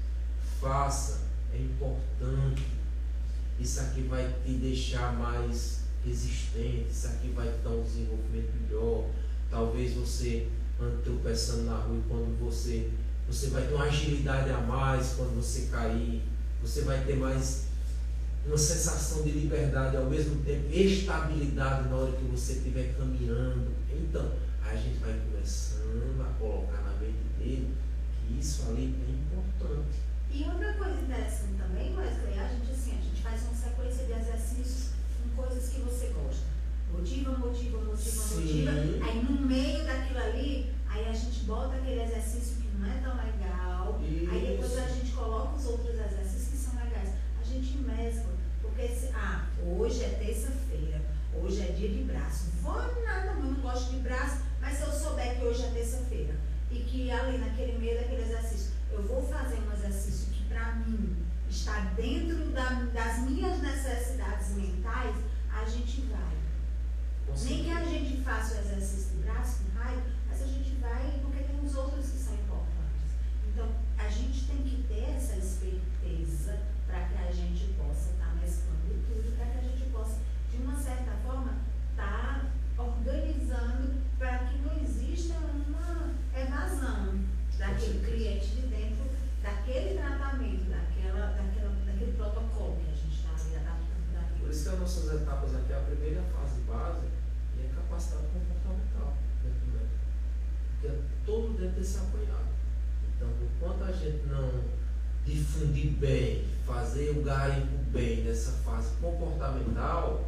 [SPEAKER 1] faça, é importante, isso aqui vai te deixar mais resistente, isso aqui vai te dar um desenvolvimento melhor, talvez você ande tropeçando na rua e quando você, você vai ter uma agilidade a mais quando você cair, você vai ter mais uma sensação de liberdade, ao mesmo tempo estabilidade na hora que você estiver caminhando. Então, a gente vai começando a colocar na mente dele que isso ali é importante.
[SPEAKER 2] E outra coisa interessante também, Wesley, a gente, assim, a gente faz uma sequência de exercícios com coisas que você gosta. Motiva, motiva, motiva,
[SPEAKER 1] Sim.
[SPEAKER 2] motiva. Aí no meio daquilo ali, aí a gente bota aquele exercício que não é tão legal.
[SPEAKER 1] Isso.
[SPEAKER 2] Aí depois a gente coloca os outros exercícios que são legais. A gente mescla. Porque se, ah, hoje é terça-feira, hoje é dia de braço. Vou nada, eu não gosto de braço, mas se eu souber que hoje é terça-feira e que ali naquele meio daquele exercício eu vou fazer um exercício que para mim está dentro da, das minhas necessidades mentais, a gente vai. Nem que a gente faça o exercício de braço com raio, mas a gente vai porque tem os outros que são importantes. Então, a gente tem que ter essa esperteza para que a gente possa estar tá mesclando tudo, para que a gente possa, de uma certa forma, estar tá organizando para que não exista uma evasão daquele cliente de dentro, daquele tratamento, daquela, daquela, daquele protocolo que a gente está ali adaptando daquilo.
[SPEAKER 1] Por isso que as nossas etapas aqui, a primeira fase base é a capacidade comportamental dentro do método, porque é todo dentro desse apanhado. Então, enquanto a gente não difundir bem, fazer o garimpo bem nessa fase comportamental,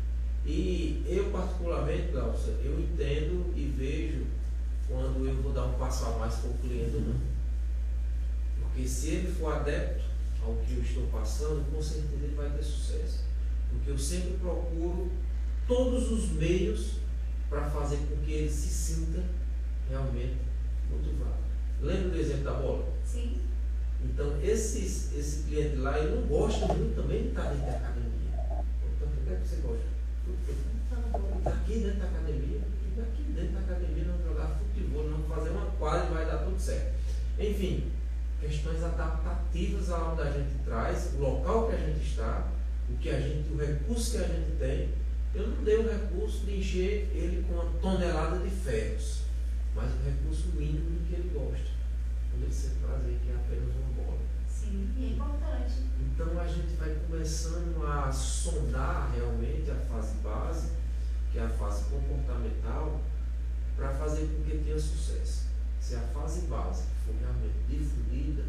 [SPEAKER 1] e eu particularmente, Glaucia, eu entendo e vejo quando eu vou dar um passo a mais com o cliente ou não. Porque se ele for adepto ao que eu estou passando, com certeza ele vai ter sucesso. Porque eu sempre procuro todos os meios para fazer com que ele se sinta realmente motivado. Lembra do exemplo da bola?
[SPEAKER 2] Sim.
[SPEAKER 1] Então, esses, esse cliente lá, ele não gosta muito também de estar dentro da academia. Então, o que é que você gosta? Ele está aqui dentro da academia, e aqui dentro da academia não jogar futebol, não fazer uma quadra e vai dar tudo certo. Enfim, questões adaptativas aonde a gente traz, o local que a gente está, o que a gente, o recurso que a gente tem. Eu não dei o recurso de encher ele com uma tonelada de ferros, mas o recurso mínimo do que ele gosta. Quando ele sempre trazer que é apenas uma bola.
[SPEAKER 2] Sim, e é importante.
[SPEAKER 1] Então a gente vai começando a sondar realmente a fase base, que é a fase comportamental, para fazer com que tenha sucesso. Se a fase base for realmente difundida,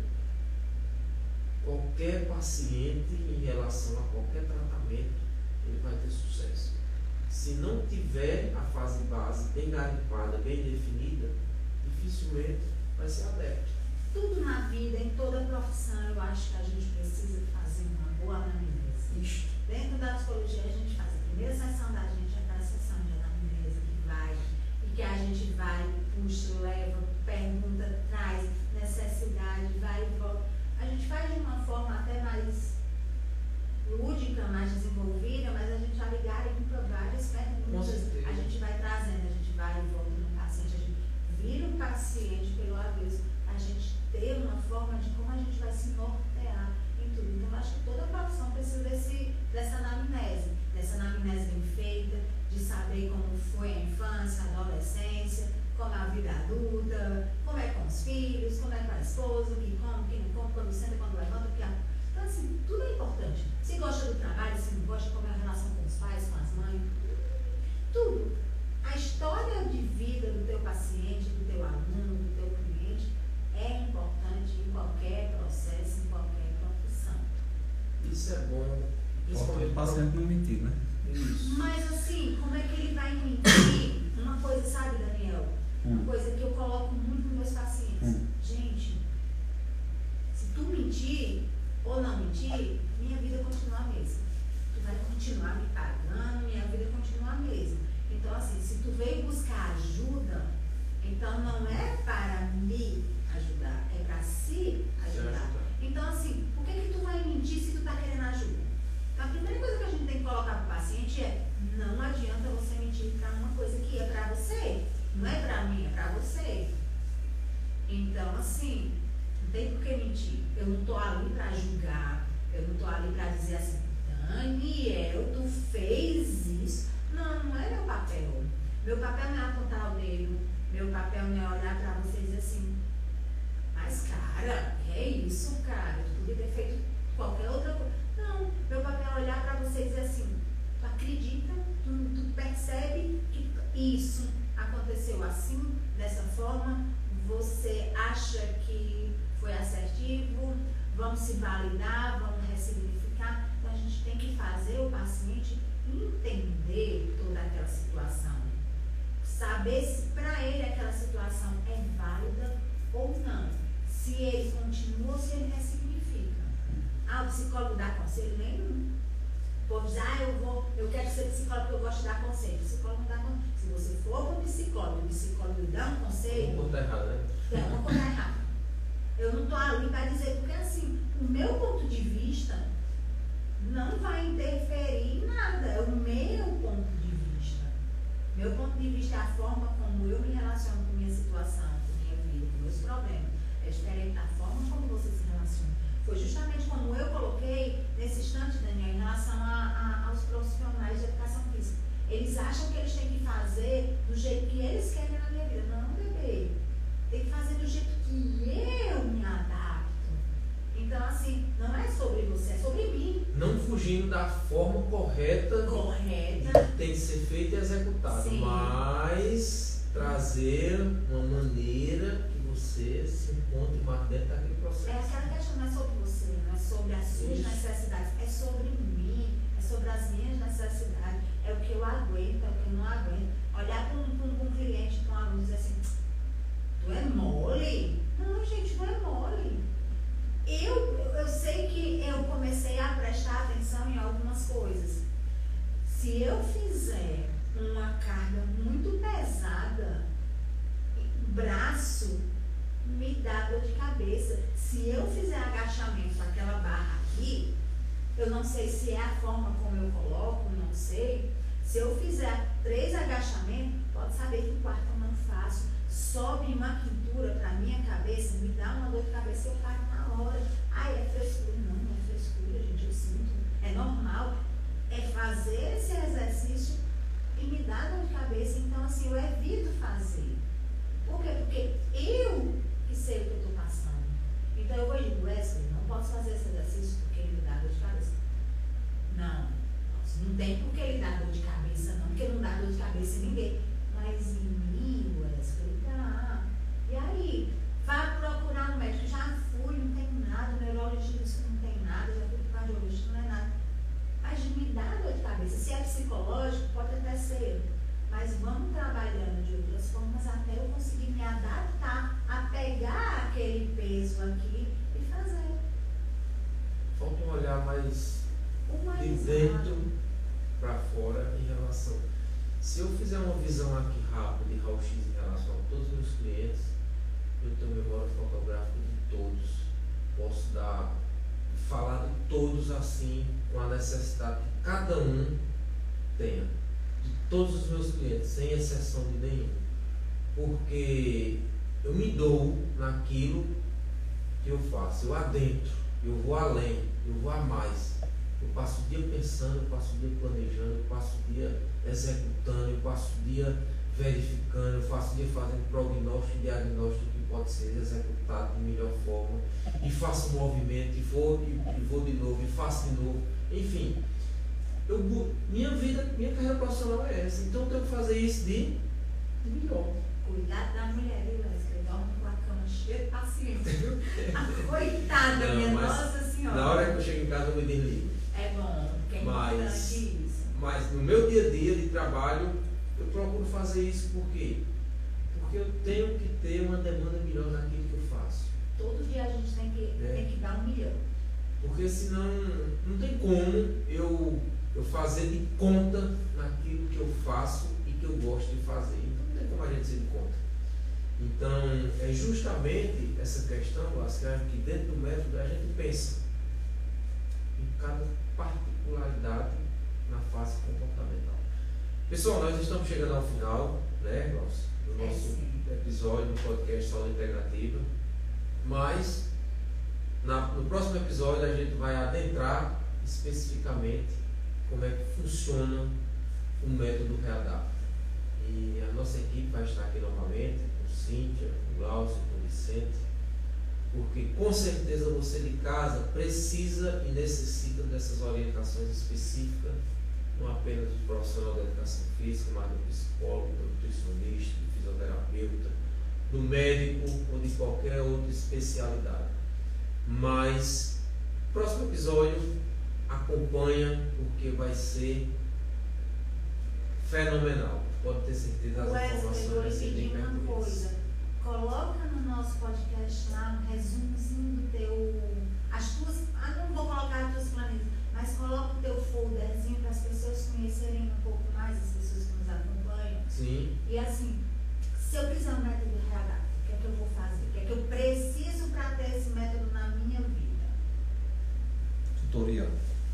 [SPEAKER 1] qualquer paciente em relação a qualquer tratamento, ele vai ter sucesso. Se não tiver a fase base bem garimpada, bem definida, dificilmente vai ser adepto.
[SPEAKER 2] Tudo acho que a gente precisa fazer uma boa anamnese.
[SPEAKER 1] Isto.
[SPEAKER 2] Dentro da psicologia, a gente faz a primeira sessão da gente, é aquela sessão de anamnese que vai, e que a gente vai, puxa, leva, pergunta, traz, necessidade, vai e volta. A gente faz de uma forma até mais lúdica, mais desenvolvida, mas a gente já ligar para várias perguntas, a gente vai trazendo, a gente vai e volta no paciente, a gente vira o paciente pelo avesso, a gente ter uma forma de como a gente vai se nortear em tudo. Então, eu acho que toda profissão precisa desse, dessa anamnese, dessa anamnese bem feita, de saber como foi a infância, a adolescência, como é a vida adulta, como é com os filhos, como é com a esposa, o que come, o que não come, quando senta, quando levanta, o que a... Então, assim, tudo é importante. Se gosta do trabalho, se não gosta, como é a relação com os pais, com as mães, tudo. A história de vida do teu paciente, do teu aluno, do teu cliente, é importante em qualquer processo, em qualquer profissão.
[SPEAKER 1] Isso é bom.
[SPEAKER 3] Falta o paciente não mentir, né?
[SPEAKER 1] Isso.
[SPEAKER 2] Mas assim, como é que ele vai mentir? Uma coisa, sabe, Daniel? Uma
[SPEAKER 3] Hum.
[SPEAKER 2] coisa que eu coloco muito nos meus pacientes.
[SPEAKER 3] Hum.
[SPEAKER 2] Gente, se tu mentir ou não mentir, minha vida continua a mesma. Tu vai continuar me pagando, minha vida continua a mesma. Então, assim, se tu veio buscar ajuda, então não é para me ajudar, é para se ajudar. Então, assim, por que que tu vai mentir se tu tá querendo ajuda? Então, a primeira coisa que a gente tem que colocar para o paciente é: não adianta você mentir para uma coisa que é para você. Não é para mim, é para você. Então, assim, não tem por que mentir. Eu não estou ali para julgar. Eu não estou ali para dizer assim: Daniel, tu fez isso. Não, não é meu papel. Meu papel não é apontar o dedo. Meu papel não é olhar para você e dizer assim: mas, cara, é isso, cara. Tu podia ter feito qualquer outra coisa. Não, meu papel é olhar para você e dizer assim: tu acredita, tu, tu percebe que isso aconteceu assim, dessa forma, você acha que foi assertivo, vamos se validar, vamos ressignificar. Então, a gente tem que fazer o paciente entender toda aquela situação. Saber se para ele aquela situação é válida ou não. Se ele continua ou se ele ressignifica. Ah, o psicólogo dá conselho nenhum. O povo diz: ah, eu, vou, eu quero ser psicólogo porque eu gosto de dar conselho. O psicólogo não dá conselho. Se você for para o psicólogo e o psicólogo dá um conselho,
[SPEAKER 1] Uma coisa errada, né?
[SPEAKER 2] é uma coisa errada. Eu não estou ali para dizer, porque assim, o meu ponto de vista não vai interferir em nada. É o meu ponto de vista. Meu ponto de vista é a forma como eu me relaciono com minha situação, com minha vida, com meus problemas. É diferente da forma como você se relaciona. Foi justamente como eu coloquei nesse instante, Daniel, em relação a, a, aos profissionais de educação física. Eles acham que eles têm que fazer do jeito que eles querem na minha vida. Não, bebê. Tem que fazer do jeito que eu me adapto. Então, assim, não é sobre você, é sobre mim.
[SPEAKER 1] Não fugindo da forma correta,
[SPEAKER 2] Correta.
[SPEAKER 1] que tem que ser feita e executada,
[SPEAKER 2] Sim.
[SPEAKER 1] mas trazer uma maneira que você se encontre mais dentro daquele
[SPEAKER 2] É
[SPEAKER 1] processo.
[SPEAKER 2] aquela questão, não é sobre você, não é sobre as suas
[SPEAKER 1] Isso.
[SPEAKER 2] necessidades, é sobre mim, é sobre as minhas necessidades, é o que eu aguento, é o que eu não aguento. Olhar para um, para um, para um cliente, para um aluno e dizer assim: tu é mole? Não, gente, não é mole. Eu, eu sei que eu comecei a prestar atenção em algumas coisas. Se eu fizer uma carga muito pesada, o braço me dá dor de cabeça. Se eu fizer agachamento com aquela barra aqui, eu não sei se é a forma como eu coloco, não sei. Se eu fizer três agachamentos, pode saber que o quarto eu não faço. Sobe uma quintura para minha cabeça, me dá uma dor de cabeça, eu paro na hora. Ai, é frescura. Não, não é frescura, gente, eu sinto. É normal. É fazer esse exercício e me dá dor de cabeça. Então, assim, eu evito fazer. Por quê? Porque eu que sei o que eu estou passando. Então, eu vou dizer: Wesley, não posso fazer esse exercício porque ele me dá dor de cabeça. Não, não tem por que ele dá dor de cabeça, não, porque não dá dor de cabeça em ninguém. Mas em mim, Wesley, dá. E aí? Vá procurar um médico. Já fui, não tem nada. O neurologista disse que não tem nada. Já fui para o cardiologista, não é nada. Mas me dá dor de cabeça. Se é psicológico, pode até ser. Mas vamos trabalhando de outras formas até eu conseguir me adaptar a pegar aquele peso aqui e fazer.
[SPEAKER 1] olhar mais de dentro para fora em relação. Se eu fizer uma visão aqui rápida de raio-x em relação a todos os meus clientes, eu tenho memória fotográfica de todos. Posso dar, falar de todos assim, com a necessidade que cada um tenha. De todos os meus clientes, sem exceção de nenhum. Porque eu me dou naquilo que eu faço. Eu adentro, eu vou além, eu vou a mais. Eu passo o dia pensando, eu passo o dia planejando, eu passo o dia executando, eu passo o dia verificando, eu passo o dia fazendo prognóstico e diagnóstico que pode ser executado de melhor forma, e faço um movimento, e vou, e, e vou de novo, e faço de novo. Enfim, eu, minha vida, minha carreira profissional é essa. Então eu tenho que fazer isso de, de melhor.
[SPEAKER 2] Cuidado da mulher, viu, Wesley? Dorme com a cama cheia de paciência, viu? A coitada,
[SPEAKER 1] Não,
[SPEAKER 2] minha
[SPEAKER 1] mas
[SPEAKER 2] Nossa Senhora.
[SPEAKER 1] Na hora que eu chego em casa eu me desligo.
[SPEAKER 2] É bom, porque é
[SPEAKER 1] Mas-
[SPEAKER 2] importante isso.
[SPEAKER 1] Mas no meu dia a dia de trabalho, eu procuro fazer isso por quê? Porque eu tenho que ter uma demanda melhor naquilo que eu faço.
[SPEAKER 2] Todo dia a gente tem que,
[SPEAKER 1] É.
[SPEAKER 2] tem que dar um milhão.
[SPEAKER 1] Porque senão não tem como eu, eu fazer de conta naquilo que eu faço e que eu gosto de fazer. Então não tem como a gente ser de conta. Então é justamente essa questão, Vascar, que dentro do método a gente pensa em cada particularidade na fase comportamental. Pessoal, nós estamos chegando ao final, né, Glaucio, do
[SPEAKER 2] É,
[SPEAKER 1] nosso
[SPEAKER 2] sim.
[SPEAKER 1] episódio do podcast Saúde Integrativa. Mas na, no próximo episódio a gente vai adentrar especificamente como é que funciona o método Readapta. E a nossa equipe vai estar aqui novamente, com Cíntia, com Glaucio, com Vicente, porque com certeza você de casa precisa e necessita dessas orientações específicas, não apenas do profissional da educação física, mas do psicólogo, do nutricionista, do fisioterapeuta, do médico ou de qualquer outra especialidade. Mas próximo episódio acompanha, porque vai ser fenomenal. Pode ter certeza, as
[SPEAKER 2] Wesley,
[SPEAKER 1] informações
[SPEAKER 2] vou
[SPEAKER 1] vão
[SPEAKER 2] lhe
[SPEAKER 1] ser bem
[SPEAKER 2] pedir uma
[SPEAKER 1] pertinentes.
[SPEAKER 2] coisa. Coloca no nosso podcast lá um resumozinho do teu. As tuas. Ah, não vou colocar as tuas planilhas, mas coloca o teu folderzinho para as pessoas conhecerem um pouco mais, as pessoas que nos acompanham.
[SPEAKER 1] Sim,
[SPEAKER 2] E assim, se eu quiser um método Readapta, o que é que eu vou fazer? O que é que eu preciso para ter esse método na minha vida?
[SPEAKER 3] Tutorial.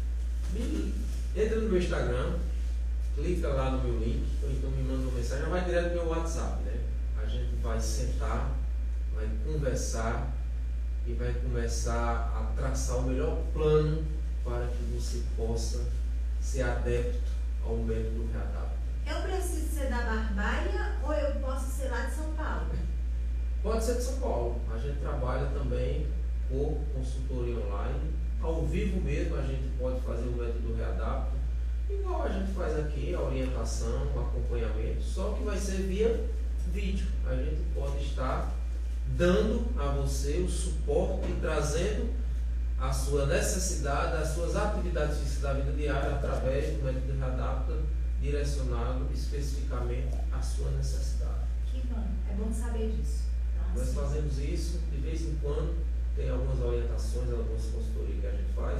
[SPEAKER 1] me, entra no meu Instagram, clica lá no meu link, ou então me manda uma mensagem, já vai direto no meu WhatsApp, né? A gente vai sentar, vai conversar e vai começar a traçar o melhor plano para que você possa ser adepto ao método Readapta.
[SPEAKER 2] Eu preciso ser da Barbalha ou eu posso ser lá de São Paulo?
[SPEAKER 1] Pode ser de São Paulo. A gente trabalha também por consultoria online. Ao vivo mesmo a gente pode fazer o método Readapta, igual a gente faz aqui, a orientação, o acompanhamento, só que vai ser via vídeo. A gente pode estar dando a você o suporte e trazendo a sua necessidade, as suas atividades físicas da vida diária através do método Readapta, direcionado especificamente à sua necessidade.
[SPEAKER 2] Que bom, é bom saber disso. Então,
[SPEAKER 1] Nós
[SPEAKER 2] assim,
[SPEAKER 1] fazemos isso de vez em quando, tem algumas orientações, algumas consultorias que a gente faz,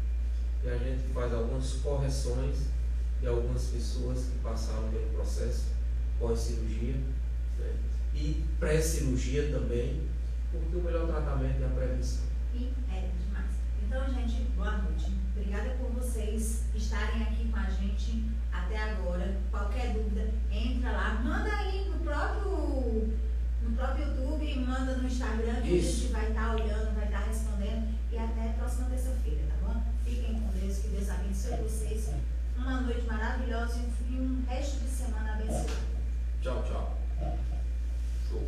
[SPEAKER 1] e a gente faz algumas correções de algumas pessoas que passaram pelo processo pós-cirurgia, né? E pré-cirurgia também, porque o melhor tratamento é a prevenção.
[SPEAKER 2] E é demais. Então, gente, boa noite. Obrigada por vocês estarem aqui com a gente até agora. Qualquer dúvida, entra lá, manda aí no próprio, no próprio YouTube, manda no Instagram, que
[SPEAKER 1] Isso.
[SPEAKER 2] a gente vai estar olhando, vai estar respondendo. E até a próxima terça-feira, tá bom? Fiquem com Deus, que Deus abençoe vocês. Uma noite maravilhosa e um resto de semana abençoado.
[SPEAKER 1] Tchau, tchau. Show.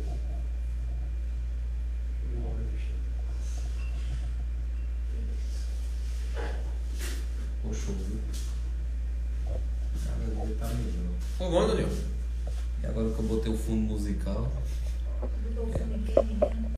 [SPEAKER 3] Poxa, viu? Cada dia tá melhor.
[SPEAKER 1] Foi bom, Daniel?
[SPEAKER 3] E agora que eu botei o fundo musical.
[SPEAKER 2] Botou o fone aqui, menino.